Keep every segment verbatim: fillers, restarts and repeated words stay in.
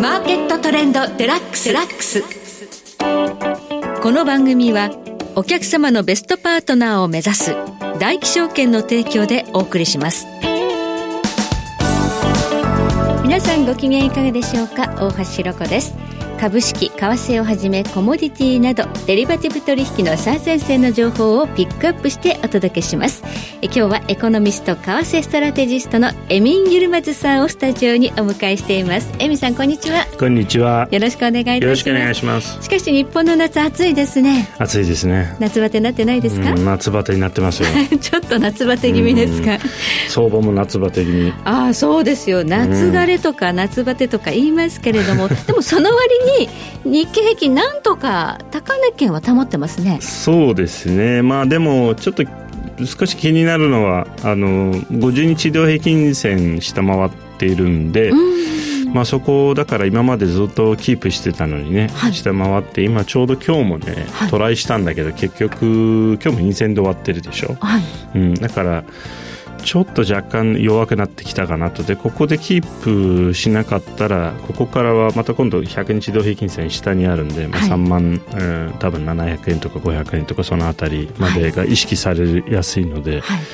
マーケットトレンドデラックス。デラックス。この番組はお客様のベストパートナーを目指す大気証券の提供でお送りします。皆さんご機嫌いかがでしょうか。大橋ひろ子です。株式、為替をはじめコモディティなどデリバティブ取引の最前線の情報をピックアップしてお届けします。え今日はエコノミスト為替ストラテジストのエミン・ユルマズさんをスタジオにお迎えしています。エミさん、こんにちは。 こんにちは。 よろしくお願いいたします。 よろしくお願いします。 しかし日本の夏暑いですね。 暑いですね。 夏バテになってないですか。 うん、夏バテになってますよちょっと夏バテ気味ですか。 相場も夏バテ気味。 ああ、そうですよ。夏枯れとか夏バテとか言いますけれども、でもその割に日経平均なんとか高値圏は保ってますね。 そうですね。まあでもちょっと少し気になるのはあのごじゅうにち移動平均線下回っているんで、うんまあ、そこだから今までずっとキープしてたのにね、はい、下回って今ちょうど今日もね、はい、トライしたんだけど結局今日も陰線で終わってるでしょ、はいうん、だからちょっと若干弱くなってきたかなと。でここでキープしなかったらここからはまた今度ひゃくにち移動平均線下にあるんで、まあ、さんまん、はいうん、多分ななひゃくえんとかごひゃくえんとかそのあたりまでが意識されやすいので、はい、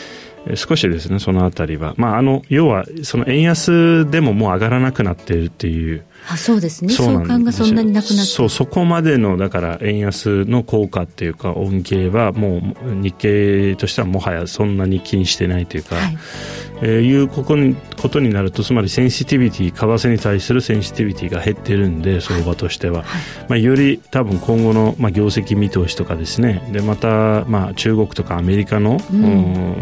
少しですねそのあたりは、まあ、あの要はその円安でももう上がらなくなっているっていうあそうですね。相関がそんなになくなってそうそこまでのだから円安の効果っていうか恩恵はもう日経としてはもはやそんなに気にしてないというか、はいえー、いうここにことになるとつまりセンシティビティ為替に対するセンシティビティが減ってるんで相場としては、はいまあ、より多分今後の、まあ、業績見通しとかですねでまた、まあ、中国とかアメリカの、うん、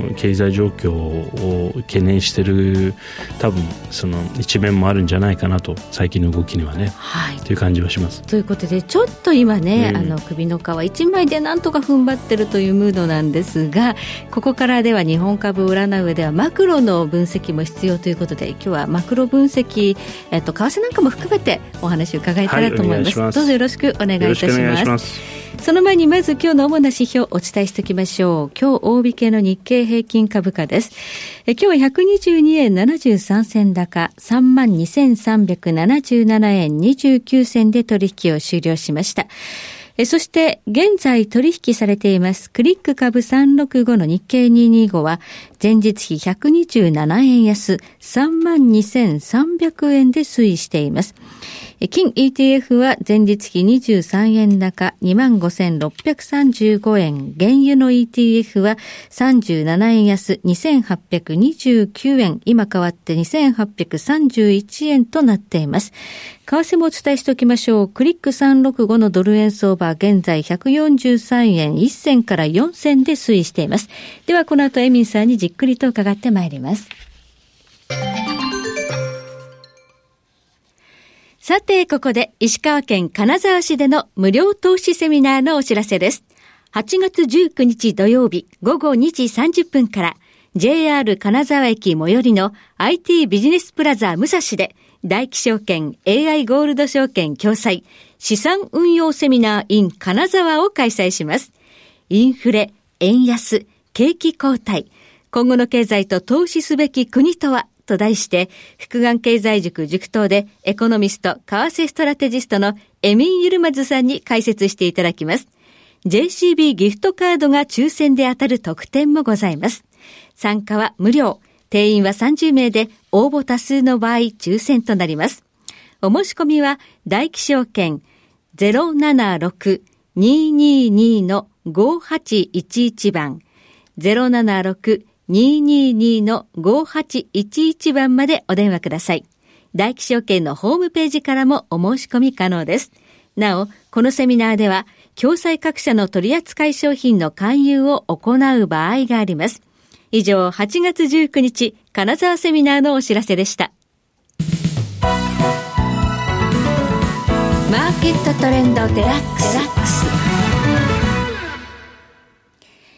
経済状況を懸念してる多分その一面もあるんじゃないかなと最近の動きにはね、はい、という感じはします。 ということでちょっと今ね、うん、あの首の皮一枚でなんとか踏ん張ってるというムードなんですがここからでは日本株を占う上ではマクロの分析も必要ということで今日はマクロ分析、えっと、為替なんかも含めてお話を伺えたらと思います、はい、どうぞよろしくお願いいたします。ますその前にまず今日の主な指標をお伝えしておきましょう。今日大引けの日経平均株価です。え今日はひゃくにじゅうにえんななじゅうさんせん高 さんまんにせんさんびゃくななじゅうななえんにじゅうきゅうせんで取引を終了しました。えそして現在取引されていますクリック株さんろくごの日経にひゃくにじゅうごは前日比ひゃくにじゅうななえん安 さんまんにせんさんびゃくえんで推移しています。金 イーティーエフ は前日比にじゅうさんえん高 にまんごせんろっぴゃくさんじゅうごえん原油の イーティーエフ はさんじゅうななえん安 にせんはっぴゃくにじゅうきゅうえん今変わってにせんはっぴゃくさんじゅういちえんとなっています。為替もお伝えしておきましょう。クリックさんろくごのドル円相場現在ひゃくよんじゅうさんえんいっせんからよんせんで推移しています。ではこの後エミンさんにじっくりと伺ってまいります。さてここで石川県金沢市での無料投資セミナーのお知らせです。はちがつじゅうくにち土曜日ごごにじさんじゅっぷんから ジェイアール 金沢駅最寄りの アイティー ビジネスプラザ武蔵で大気証券 エーアイ ゴールド証券共催資産運用セミナー in 金沢を開催します。インフレ、円安、景気後退、今後の経済と投資すべき国とはと題して福眼経済塾塾頭でエコノミスト為替ストラテジストのエミン・ユルマズさんに解説していただきます。 ジェイシービー ギフトカードが抽選で当たる特典もございます。参加は無料、定員はさんじゅうめいで応募多数の場合抽選となります。お申し込みは大気証券 ゼロななろく にーにーにー のごはちいちいち 番 ゼロななろく にーにーにー のごはちいちいち 番までお電話ください。大気証券のホームページからもお申し込み可能です。なおこのセミナーでは共済各社の取扱い商品の勧誘を行う場合があります。以上はちがつじゅうくにち金沢セミナーのお知らせでした。マーケットトレンドデラックス。さて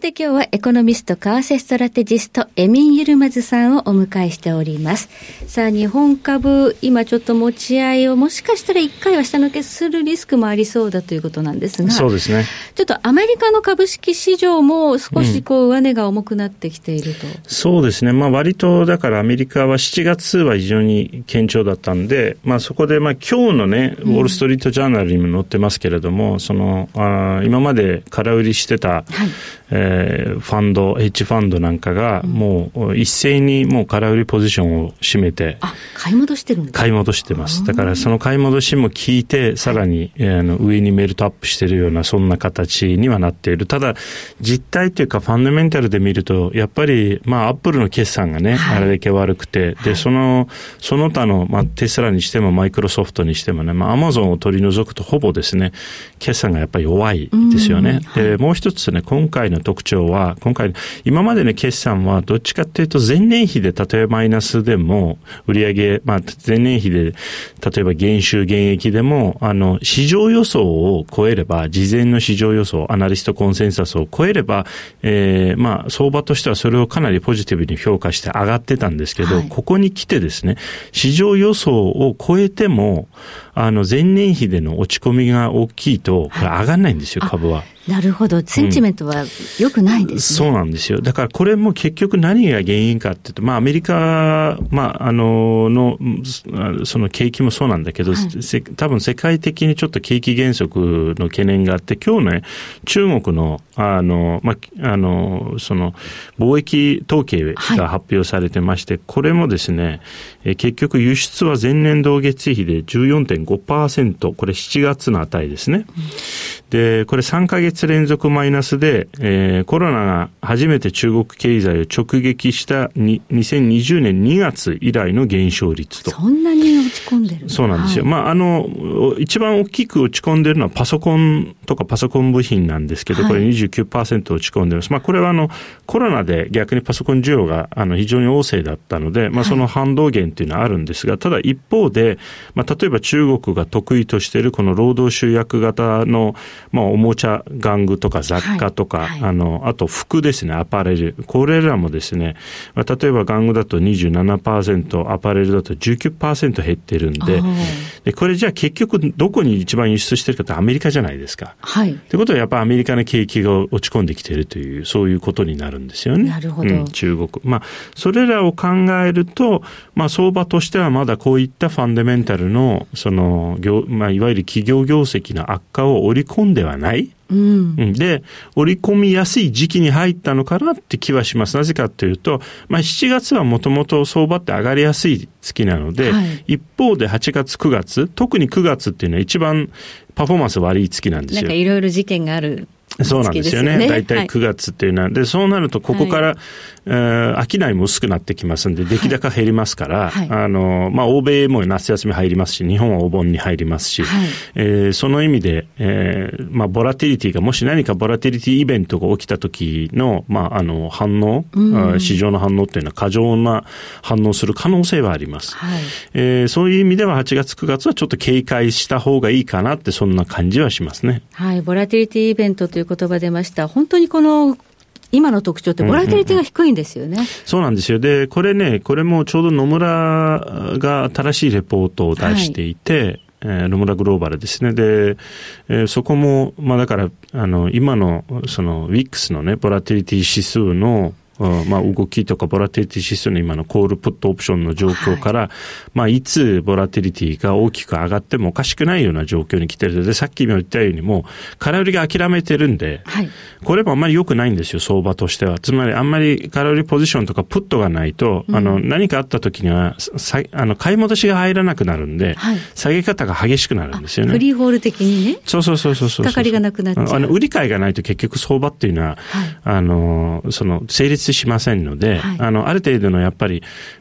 て今日はエコノミスト為替ストラテジストエミン・ユルマズさんをお迎えしております。さあ日本株今ちょっと持ち合いをもしかしたらいっかいは下抜けするリスクもありそうだということなんですが、 そうですね、 ちょっとアメリカの株式市場も少しこう上値が重くなってきていると、うん、 そうですね、まあ、割とだからアメリカはしちがつは非常に堅調だったんで、まあ、そこでまあ今日のねウォールストリートジャーナルにも載ってますけれども、うん、そのあ今まで空売りしてた、はい、えー、ファンドヘッジファンドなんかがもう一斉にもう空売りポジションを占めて、 あ、買い戻してるんですか？ 買い戻してます。だからその買い戻しも効いてさらに、はい、あの上にメルトアップしているようなそんな形にはなっている。ただ実態というかファンダメンタルで見るとやっぱりまあアップルの決算がね、はい、あれだけ悪くて、でそのその他の、まあ、テスラにしてもマイクロソフトにしてもね、まあ、アマゾンを取り除くとほぼですね決算がやっぱり弱いですよね。で、はい、もう一つね今回の特徴は今回今までの決算はどっちかというと前年比で例えばマイナスでも売上、まあ、前年比で例えば減収減益でもあの市場予想を超えれば事前の市場予想アナリストコンセンサスを超えれば、えー、まあ相場としてはそれをかなりポジティブに評価して上がってたんですけど、はい、ここに来てですね市場予想を超えてもあの前年比での落ち込みが大きいとこれ上がらないんですよ、はい、株は。 なるほど、センチメントは良くないですね、 うん、そうなんですよ。だからこれも結局何が原因かっていうと、まあアメリカ、まああの、の、その景気もそうなんだけど、はい、多分世界的にちょっと景気減速の懸念があって、今日ね、中国の、あの、まあ、あの、その、貿易統計が発表されてまして、はい、これもですね、結局輸出は前年同月比で じゅうよんてんごパーセント、これしちがつの値ですね。うん、で、これさんかげつ連続マイナスで、えー、コロナが初めて中国経済を直撃したににせんにじゅうねんにがつ以来の減少率と。 そんなに落ち込んでる？ そうなんですよ。はい、まあ、あの、一番大きく落ち込んでるのはパソコンとかパソコン部品なんですけど、これ にじゅうきゅうパーセント 落ち込んでます。まあ、これはあの、コロナで逆にパソコン需要があの非常に旺盛だったので、まあ、その反動減っていうのはあるんですが、ただ一方で、まあ、例えば中国が得意としているこの労働集約型の、まあ、おもちゃ、玩具とか雑貨とか、はいはい、あの、あと服ですね、アパレル。これらもですね、まあ、例えば玩具だと にじゅうななパーセント、アパレルだと じゅうきゅうパーセント 減ってるんで、で、これじゃあ結局どこに一番輸出してるかってアメリカじゃないですか。はい。ってことはやっぱアメリカの景気が落ち込んできているという、そういうことになるんですよね。 なるほど。 うん、中国。まあ、それらを考えると、まあ、相場としてはまだこういったファンダメンタルの、その、業、まあ、いわゆる企業業績の悪化を織り込んではない。うん、で、織り込みやすい時期に入ったのかなって気はします。なぜかというと、まあ、しちがつはもともと相場って上がりやすい月なので、はい、一方ではちがつ、くがつ、特にくがつっていうのは一番パフォーマンス悪い月なんですよ。 なんかいろいろ事件がある。 そうなんですよね。だいたいくがつっていうのは、はい、で、そうなるとここから、はい、えー、商いも薄くなってきますんで、出来高減りますから、はい、あの、まあ、欧米も夏休み入りますし、日本はお盆に入りますし、はい、えー、その意味で、えー、まあ、ボラティリティが、もし何かボラティリティイベントが起きた時の、まあ、あの、反応、うん、市場の反応っていうのは過剰な反応する可能性はあります。はい、えー、そういう意味でははちがつ、くがつはちょっと警戒した方がいいかなって、そんな感じはしますね。 はい、ボラティリティイベントという言葉出ました。本当にこの今の特徴ってボラティリティが低いんですよね。うんうんうん、 そうなんですよ。で、これね、これもちょうど野村が新しいレポートを出していて、はい、えー、野村グローバルですね。で、えー、そこも、まあだから、あの、今の、その、ウィックス のね、ボラティリティ指数の、まあ、動きとかボラティリティ指数の今のコールプットオプションの状況から、はい、まあ、いつボラティリティが大きく上がってもおかしくないような状況に来てるので、さっきも言ったようにもう空売りが諦めてるんで、はい、これもあんまり良くないんですよ、相場としては。つまりあんまり空売りポジションとかプットがないと、うん、あの、何かあった時には、さあの、買い戻しが入らなくなるんで、はい、下げ方が激しくなるんですよね。 フリーホール的にね。 そうそうそうそうそう。 引っかかりがなくなっちゃう。 あの、売り買いがないと結局相場っていうのは、はい、あの、その、成立しませんので、はい、あの、ある程度のやっぱり、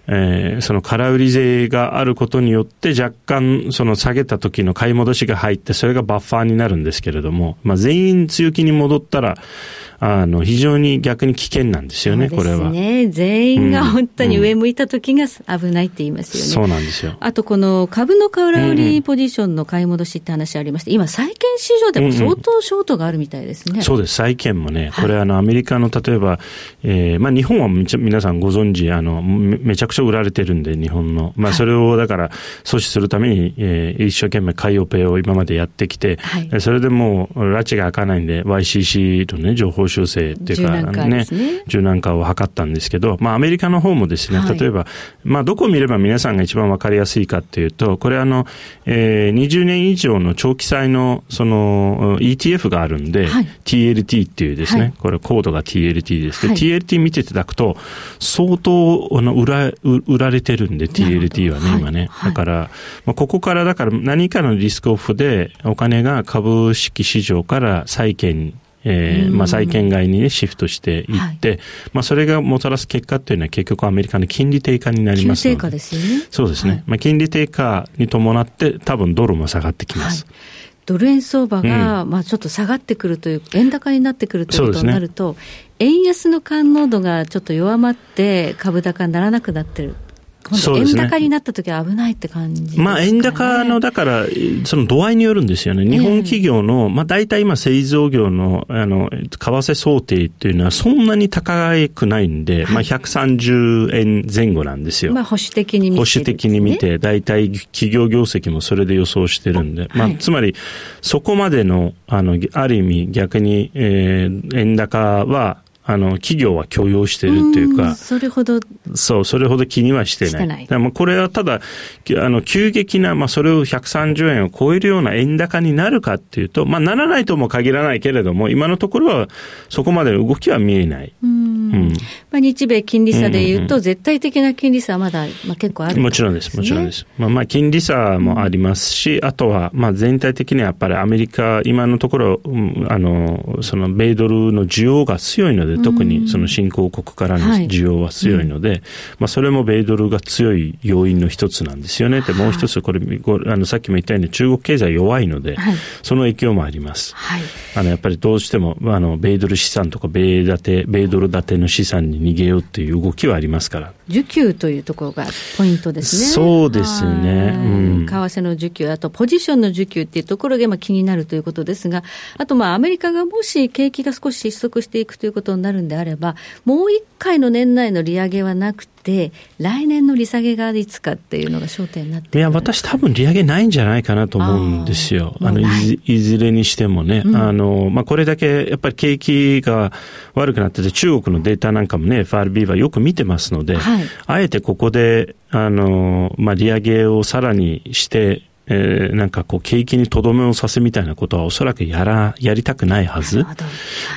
えー、その空売り税があることによって若干その下げた時の買い戻しが入ってそれがバッファーになるんですけれども、まあ、全員強気に戻ったらあの非常に逆に危険なんですよね。 そうですね、 これは全員が本当に上向いた時が危ないって言いますよね、 うんうん、そうなんですよ。 あとこの株の空売りポジションの買い戻しって話ありまして、今債券市場でも相当ショートがあるみたいですね、うんうん、 そうです。債券もね、これあのアメリカの例えば、えーまあ、日本はみちゃ皆さんご存知あの め, めちゃくちゃ売られてるんで日本の、まあ、それをだから阻止するために、えー、一生懸命買いオペを今までやってきて、はい、それでもう拉致が開かないんで ワイシーシー の、ね、情報修正っていうかね、柔軟化を図ったんですけど、まあ、アメリカの方もですね、例えば、はい、まあ、どこを見れば皆さんが一番わかりやすいかっていうと、これあの、えー、にじゅうねん以上の長期債のその イーティーエフ があるんで、はい、ティーエルティー っていうですね、はい、これコードが ティーエルティー ですけど、はい、ティーエルティー 見ていただくと相当あの 売ら、売られてるんで ティーエルティー はね、今ね、はい、だから、まあ、ここからだから何かのリスクオフでお金が株式市場から債券にえーまあ、債券買いに、ね、シフトしていって、はい、まあ、それがもたらす結果というのは結局アメリカの金利低下になりますので、 急低下ですよね。 そうですね、はい、まあ、金利低下に伴って多分ドルも下がってきます、はい、 ドル円相場が、うん、まあ、ちょっと下がってくるという円高になってくるということになると、ね、円安の感濃度がちょっと弱まって株高にならなくなってる。今度円高になったときは危ないって感じですかね。 まあ、円高のだからその度合いによるんですよね。日本企業の、えー、まあ、大体今製造業のあの為替想定っていうのはそんなに高くないんで、はい、まあ、ひゃくさんじゅうえんぜん後なんですよ。 まあ、保守的に見て、ね、 保守的に見て大体企業業績もそれで予想してるんで、まあ、つまりそこまでのあのある意味逆に、えー、円高はあの企業は許容しているというか、 うん、それほどそうそれほど気にはしてない。 してない。 だからまあこれはただあの急激な、まあ、それをひゃくさんじゅうえんを超えるような円高になるかっていうと、まあ、ならないとも限らないけれども今のところはそこまでの動きは見えない。 うん、うん、まあ、日米金利差でいうと、うんうん、絶対的な金利差はまだ、まあ、結構ある、ね、 もちろんですもちろんです、まあ、まあ金利差もありますし、うん、あとはまあ全体的にはやっぱりアメリカ今のところ、うん、あのその米ドルの需要が強いので、特にその新興国からの需要は強いので、はい、まあ、それも米ドルが強い要因の一つなんですよね。でもう一つこれあのさっきも言ったように中国経済弱いので、はい、その影響もあります、はい、あのやっぱりどうしてもあの米ドル資産とか米建て米ドル建ての資産に逃げようっていう動きはありますから、 需給というところがポイントですね。 そうですね、うん、 為替の需給、あとポジションの需給っていうところが今気になるということですが、あとまあアメリカがもし景気が少し失速していくということになるんであれば、もう一回の年内の利上げはなくて来年の利下げがいつかっていうのが焦点になってくる。 いや私多分利上げないんじゃないかなと思うんですよ。あの い, ずいずれにしてもね、うん、あのまあ、これだけやっぱり景気が悪くなってて中国のデータなんかもね エフアールビー はよく見てますので、はい、あえてここであの、まあ、利上げをさらにしてえー、なんかこう景気にとどめをさせみたいなことはおそらくやらやりたくないはず、はい、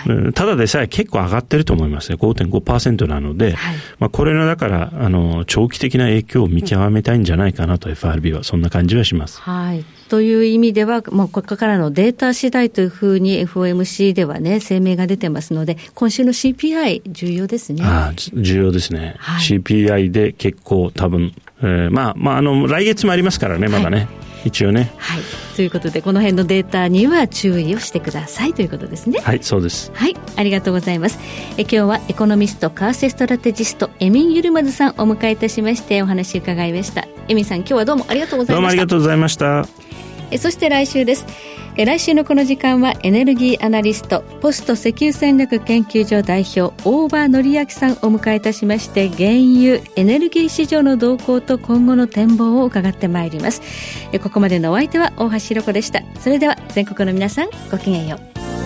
うん、ただでさえ結構上がってると思いますね。 ごてんごパーセント なので、はい、まあ、これのだからあの長期的な影響を見極めたいんじゃないかなと、うん、エフアールビー はそんな感じはします。 はい、という意味ではもうここからのデータ次第というふうに エフオーエムシー ではね声明が出てますので、今週の シーピーアイ 重要ですね。 ああ、重要ですね、はい、シーピーアイ で結構多分、えー、まあまああの来月もありますからね、まだね、はい、一応ね、はい、ということでこの辺のデータには注意をしてくださいということですね。 はい、そうです。 はい、ありがとうございます。え今日はエコノミスト為替ストラテジストエミン・ユルマズさんお迎えいたしましてお話伺いました。エミンさん、今日はどうもありがとうございました。 どうもありがとうございました。 えそして来週です。え来週のこの時間はエネルギーアナリストポスト石油戦略研究所代表大場紀明さんをお迎えいたしまして、原油エネルギー市場の動向と今後の展望を伺ってまいります。えここまでのお相手は大橋ひろ子でした。それでは全国の皆さん、ごきげんよう。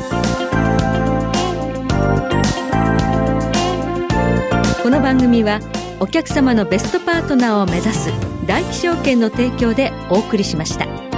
この番組はお客様のベストパートナーを目指す大気証券の提供でお送りしました。